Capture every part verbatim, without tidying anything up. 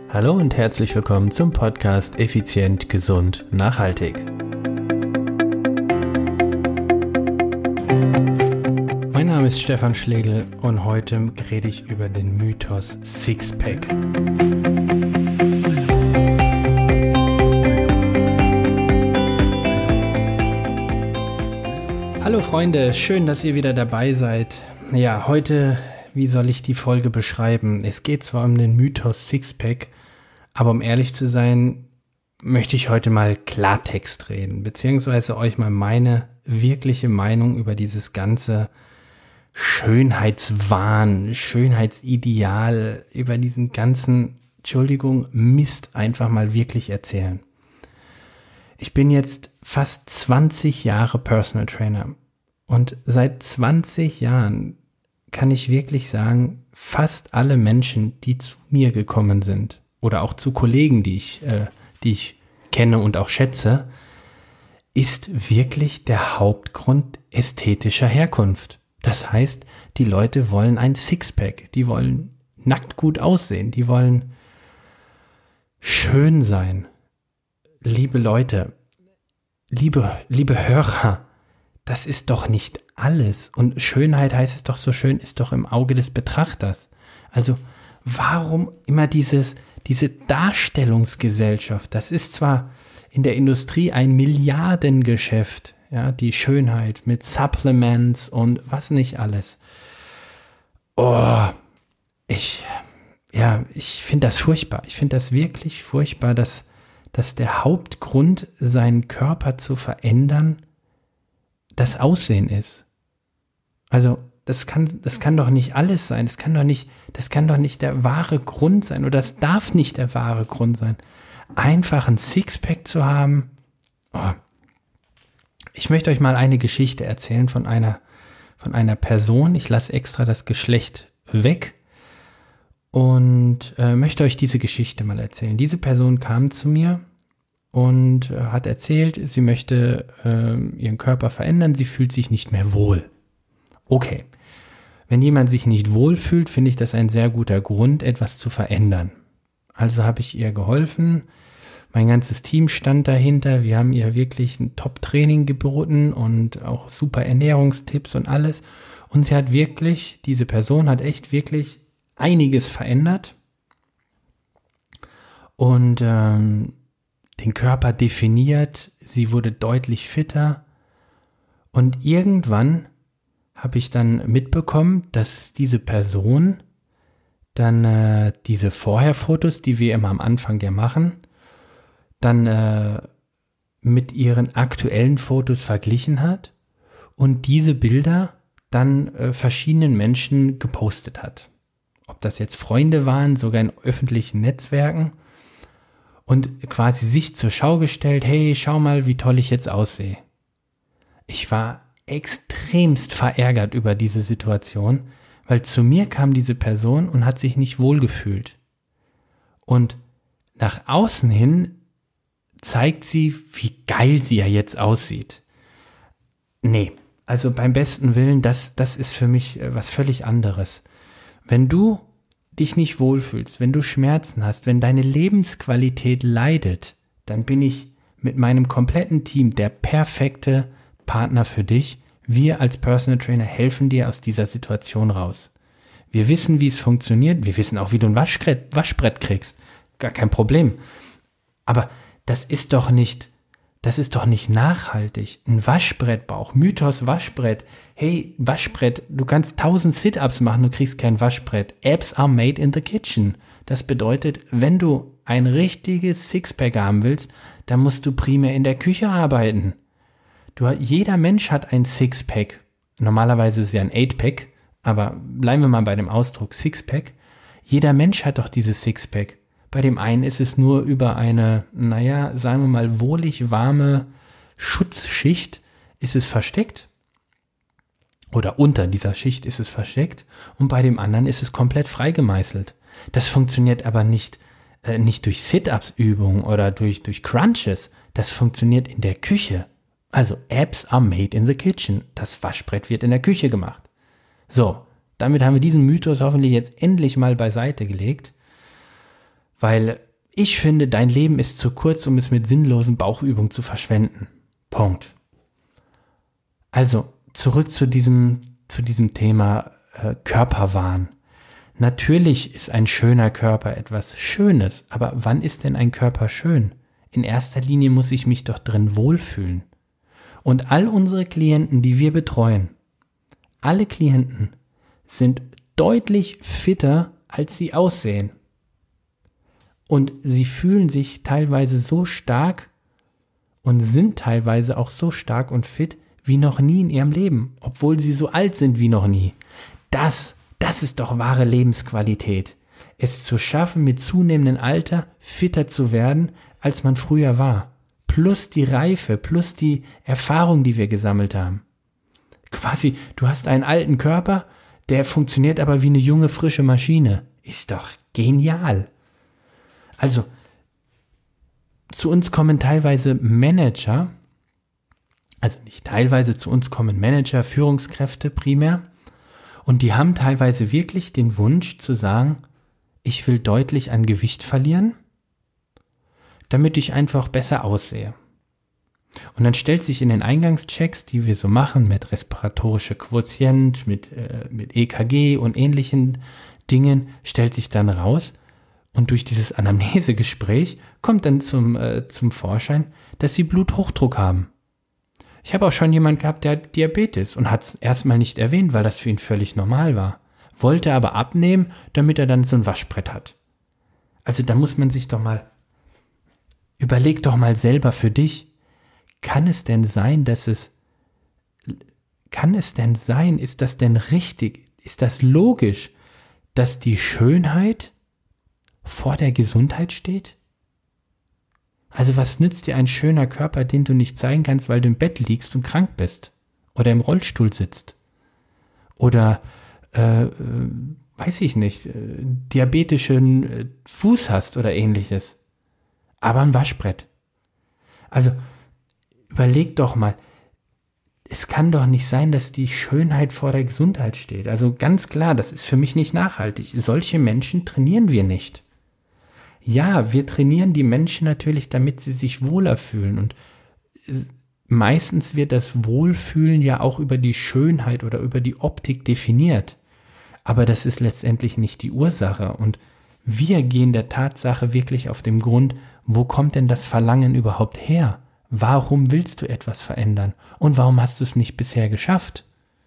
Hallo und herzlich willkommen zum Podcast Effizient, Gesund, Nachhaltig. Mein Name ist Stefan Schlegel und heute rede ich über den Mythos Sixpack. Hallo Freunde, schön, dass ihr wieder dabei seid. Ja, heute, wie soll ich die Folge beschreiben? Es geht zwar um den Mythos Sixpack, aber um ehrlich zu sein, möchte ich heute mal Klartext reden, beziehungsweise euch mal meine wirkliche Meinung über dieses ganze Schönheitswahn, Schönheitsideal, über diesen ganzen, Entschuldigung, Mist einfach mal wirklich erzählen. Ich bin jetzt fast zwanzig Jahre Personal Trainer und seit zwanzig Jahren kann ich wirklich sagen, fast alle Menschen, die zu mir gekommen sind oder auch zu Kollegen, die ich, äh, die ich kenne und auch schätze, ist wirklich der Hauptgrund ästhetischer Herkunft. Das heißt, die Leute wollen ein Sixpack, die wollen nackt gut aussehen, die wollen schön sein. Liebe Leute, liebe, liebe Hörer, das ist doch nicht alles. Und Schönheit, heißt es doch so schön, ist doch im Auge des Betrachters. Also warum immer dieses, diese Darstellungsgesellschaft? Das ist zwar in der Industrie ein Milliardengeschäft, ja, die Schönheit mit Supplements und was nicht alles. Oh, ich, ja, ich finde das furchtbar. Ich finde das wirklich furchtbar, dass, dass der Hauptgrund, seinen Körper zu verändern, das Aussehen ist. Also, das kann, das kann doch nicht alles sein. Das kann doch nicht, das kann doch nicht der wahre Grund sein oder das darf nicht der wahre Grund sein. Einfach ein Sixpack zu haben. Oh. Ich möchte euch mal eine Geschichte erzählen von einer, von einer Person. Ich lasse extra das Geschlecht weg und äh, möchte euch diese Geschichte mal erzählen. Diese Person kam zu mir und äh, hat erzählt, sie möchte äh, ihren Körper verändern, sie fühlt sich nicht mehr wohl. Okay, wenn jemand sich nicht wohl fühlt, finde ich das ein sehr guter Grund, etwas zu verändern. Also habe ich ihr geholfen, mein ganzes Team stand dahinter, wir haben ihr wirklich ein Top-Training geboten und auch super Ernährungstipps und alles. Und sie hat wirklich, diese Person hat echt wirklich einiges verändert und ähm, den Körper definiert, sie wurde deutlich fitter und irgendwann habe ich dann mitbekommen, dass diese Person dann äh, diese Vorherfotos, die wir immer am Anfang ja machen, dann äh, mit ihren aktuellen Fotos verglichen hat und diese Bilder dann äh, verschiedenen Menschen gepostet hat. Ob das jetzt Freunde waren, sogar in öffentlichen Netzwerken und quasi sich zur Schau gestellt, hey, schau mal, wie toll ich jetzt aussehe. Ich war extremst verärgert über diese Situation, weil zu mir kam diese Person und hat sich nicht wohlgefühlt. Und nach außen hin zeigt sie, wie geil sie ja jetzt aussieht. Nee, also beim besten Willen, das, das ist für mich was völlig anderes. Wenn du dich nicht wohlfühlst, wenn du Schmerzen hast, wenn deine Lebensqualität leidet, dann bin ich mit meinem kompletten Team der perfekte Partner für dich. Wir als Personal Trainer helfen dir aus dieser Situation raus. Wir wissen, wie es funktioniert. Wir wissen auch, wie du ein Waschbrett, Waschbrett kriegst. Gar kein Problem. Aber das ist doch nicht, das ist doch nicht nachhaltig. Ein Waschbrettbauch, Mythos Waschbrett. Hey, Waschbrett, du kannst tausend Sit-Ups machen, du kriegst kein Waschbrett. Abs are made in the kitchen. Das bedeutet, wenn du ein richtiges Sixpack haben willst, dann musst du primär in der Küche arbeiten. Du, jeder Mensch hat ein Sixpack. Normalerweise ist es ja ein Eightpack, aber bleiben wir mal bei dem Ausdruck Sixpack. Jeder Mensch hat doch dieses Sixpack. Bei dem einen ist es nur über eine, naja, sagen wir mal, wohlig warme Schutzschicht ist es versteckt. Oder unter dieser Schicht ist es versteckt. Und bei dem anderen ist es komplett freigemeißelt. Das funktioniert aber nicht, äh, nicht durch Sit-Ups-Übungen oder durch, durch Crunches. Das funktioniert in der Küche. Also, Abs are made in the kitchen. Das Waschbrett wird in der Küche gemacht. So, damit haben wir diesen Mythos hoffentlich jetzt endlich mal beiseite gelegt. Weil ich finde, dein Leben ist zu kurz, um es mit sinnlosen Bauchübungen zu verschwenden. Punkt. Also, zurück zu diesem, zu diesem Thema äh, Körperwahn. Natürlich ist ein schöner Körper etwas Schönes, aber wann ist denn ein Körper schön? In erster Linie muss ich mich doch drin wohlfühlen. Und all unsere Klienten, die wir betreuen, alle Klienten sind deutlich fitter, als sie aussehen. Und sie fühlen sich teilweise so stark und sind teilweise auch so stark und fit wie noch nie in ihrem Leben, obwohl sie so alt sind wie noch nie. Das, das ist doch wahre Lebensqualität. Es zu schaffen, mit zunehmendem Alter fitter zu werden, als man früher war. Plus die Reife, plus die Erfahrung, die wir gesammelt haben. Quasi, du hast einen alten Körper, der funktioniert aber wie eine junge, frische Maschine. Ist doch genial. Also, zu uns kommen teilweise Manager, also nicht teilweise, zu uns kommen Manager, Führungskräfte primär, und die haben teilweise wirklich den Wunsch zu sagen, ich will deutlich an Gewicht verlieren, damit ich einfach besser aussehe. Und dann stellt sich in den Eingangschecks, die wir so machen, mit respiratorischer Quotient, mit, äh, mit E K G und ähnlichen Dingen, stellt sich dann raus, und durch dieses Anamnesegespräch kommt dann zum, äh, zum Vorschein, dass sie Bluthochdruck haben. Ich habe auch schon jemanden gehabt, der hat Diabetes und hat es erstmal nicht erwähnt, weil das für ihn völlig normal war. Wollte aber abnehmen, damit er dann so ein Waschbrett hat. Also da muss man sich doch mal, überleg doch mal selber für dich, kann es denn sein, dass es, kann es denn sein, ist das denn richtig, ist das logisch, dass die Schönheit vor der Gesundheit steht? Also was nützt dir ein schöner Körper, den du nicht zeigen kannst, weil du im Bett liegst und krank bist oder im Rollstuhl sitzt oder äh, äh, weiß ich nicht, äh, diabetischen äh, Fuß hast oder ähnliches, aber ein Waschbrett. Also überleg doch mal, es kann doch nicht sein, dass die Schönheit vor der Gesundheit steht. Also ganz klar, das ist für mich nicht nachhaltig. Solche Menschen trainieren wir nicht. Ja, wir trainieren die Menschen natürlich, damit sie sich wohler fühlen, und meistens wird das Wohlfühlen ja auch über die Schönheit oder über die Optik definiert, aber das ist letztendlich nicht die Ursache, und wir gehen der Tatsache wirklich auf den Grund, wo kommt denn das Verlangen überhaupt her? Warum willst du etwas verändern und warum hast du es nicht bisher geschafft?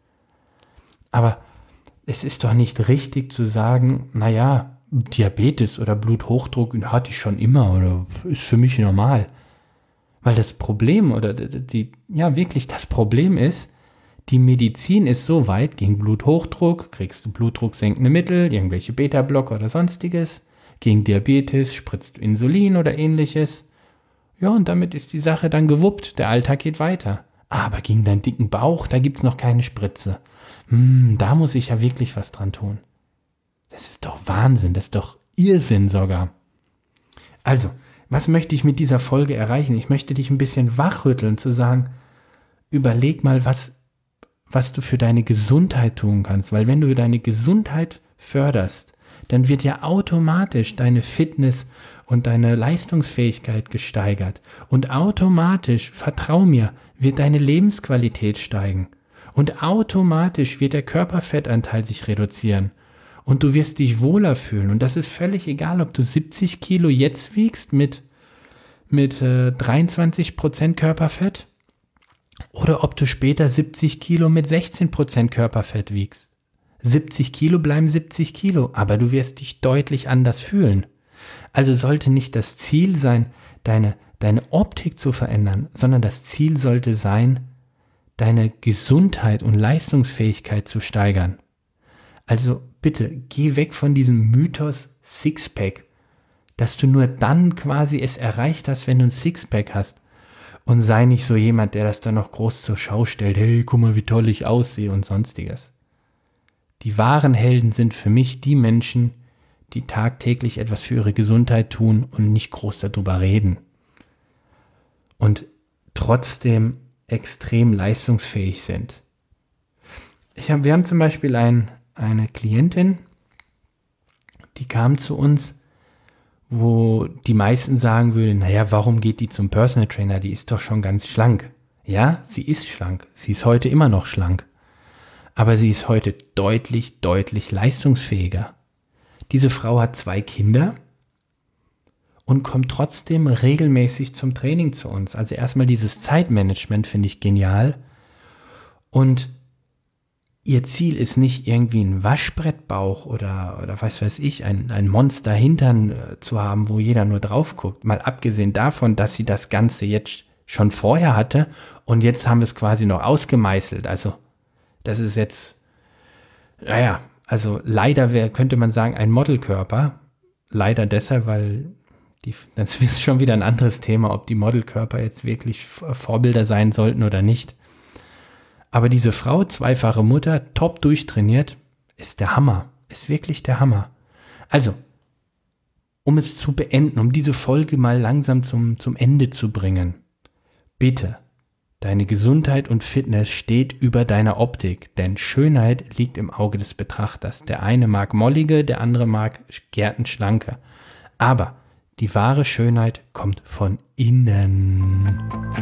Aber es ist doch nicht richtig zu sagen, naja, Diabetes oder Bluthochdruck hatte ich schon immer oder ist für mich normal. Weil das Problem oder die, ja wirklich das Problem ist, die Medizin ist so weit, gegen Bluthochdruck kriegst du blutdrucksenkende Mittel, irgendwelche Beta-Blocker oder sonstiges, gegen Diabetes spritzt du Insulin oder ähnliches. Ja, und damit ist die Sache dann gewuppt, der Alltag geht weiter. Aber gegen deinen dicken Bauch, da gibt's noch keine Spritze. Hm, da muss ich ja wirklich was dran tun. Das ist doch Wahnsinn, das ist doch Irrsinn sogar. Also, was möchte ich mit dieser Folge erreichen? Ich möchte dich ein bisschen wachrütteln, zu sagen, überleg mal, was, was du für deine Gesundheit tun kannst. Weil wenn du deine Gesundheit förderst, dann wird ja automatisch deine Fitness und deine Leistungsfähigkeit gesteigert. Und automatisch, vertrau mir, wird deine Lebensqualität steigen. Und automatisch wird der Körperfettanteil sich reduzieren. Und du wirst dich wohler fühlen. Und das ist völlig egal, ob du siebzig Kilo jetzt wiegst mit, mit äh, dreiundzwanzig Prozent Körperfett oder ob du später siebzig Kilo mit sechzehn Prozent Körperfett wiegst. siebzig Kilo bleiben siebzig Kilo, aber du wirst dich deutlich anders fühlen. Also sollte nicht das Ziel sein, deine, deine Optik zu verändern, sondern das Ziel sollte sein, deine Gesundheit und Leistungsfähigkeit zu steigern. Also bitte, geh weg von diesem Mythos Sixpack, dass du nur dann quasi es erreicht hast, wenn du ein Sixpack hast. Und sei nicht so jemand, der das dann noch groß zur Schau stellt, hey, guck mal, wie toll ich aussehe und sonstiges. Die wahren Helden sind für mich die Menschen, die tagtäglich etwas für ihre Gesundheit tun und nicht groß darüber reden. Und trotzdem extrem leistungsfähig sind. Ich hab, wir haben zum Beispiel ein, eine Klientin, die kam zu uns, wo die meisten sagen würden, naja, warum geht die zum Personal Trainer? Die ist doch schon ganz schlank. Ja, sie ist schlank. Sie ist heute immer noch schlank. Aber sie ist heute deutlich, deutlich leistungsfähiger. Diese Frau hat zwei Kinder und kommt trotzdem regelmäßig zum Training zu uns. Also erstmal dieses Zeitmanagement finde ich genial. Und ihr Ziel ist nicht irgendwie ein Waschbrettbauch oder, oder was weiß ich, ein, ein Monster-Hintern äh, zu haben, wo jeder nur drauf guckt. Mal abgesehen davon, dass sie das Ganze jetzt schon vorher hatte und jetzt haben wir es quasi noch ausgemeißelt. Also das ist jetzt, naja, also leider wär, könnte man sagen, ein Modelkörper. Leider deshalb, weil die, das ist schon wieder ein anderes Thema, ob die Modelkörper jetzt wirklich Vorbilder sein sollten oder nicht. Aber diese Frau, zweifache Mutter, top durchtrainiert, ist der Hammer. Ist wirklich der Hammer. Also, um es zu beenden, um diese Folge mal langsam zum, zum Ende zu bringen. Bitte, deine Gesundheit und Fitness steht über deiner Optik, denn Schönheit liegt im Auge des Betrachters. Der eine mag mollige, der andere mag gärtenschlanke. Aber die wahre Schönheit kommt von innen.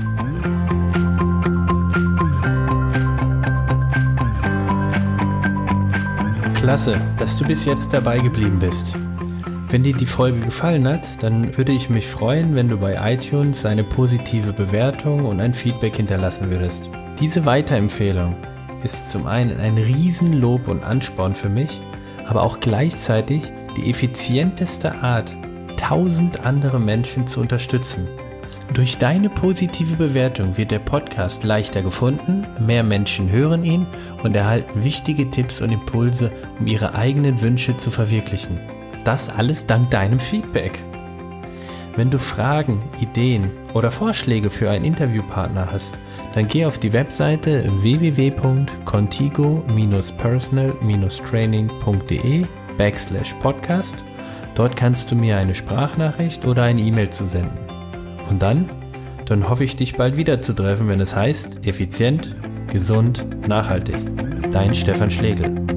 Klasse, dass du bis jetzt dabei geblieben bist. Wenn dir die Folge gefallen hat, dann würde ich mich freuen, wenn du bei iTunes eine positive Bewertung und ein Feedback hinterlassen würdest. Diese Weiterempfehlung ist zum einen ein Riesenlob und Ansporn für mich, aber auch gleichzeitig die effizienteste Art, tausend andere Menschen zu unterstützen. Durch deine positive Bewertung wird der Podcast leichter gefunden, mehr Menschen hören ihn und erhalten wichtige Tipps und Impulse, um ihre eigenen Wünsche zu verwirklichen. Das alles dank deinem Feedback. Wenn du Fragen, Ideen oder Vorschläge für einen Interviewpartner hast, dann geh auf die Webseite w w w punkt contigo personal training punkt de backslash podcast. Dort kannst du mir eine Sprachnachricht oder eine E-Mail zusenden. Und dann, dann hoffe ich, dich bald wieder zu treffen, wenn es heißt, effizient, gesund, nachhaltig. Dein Stefan Schlegel.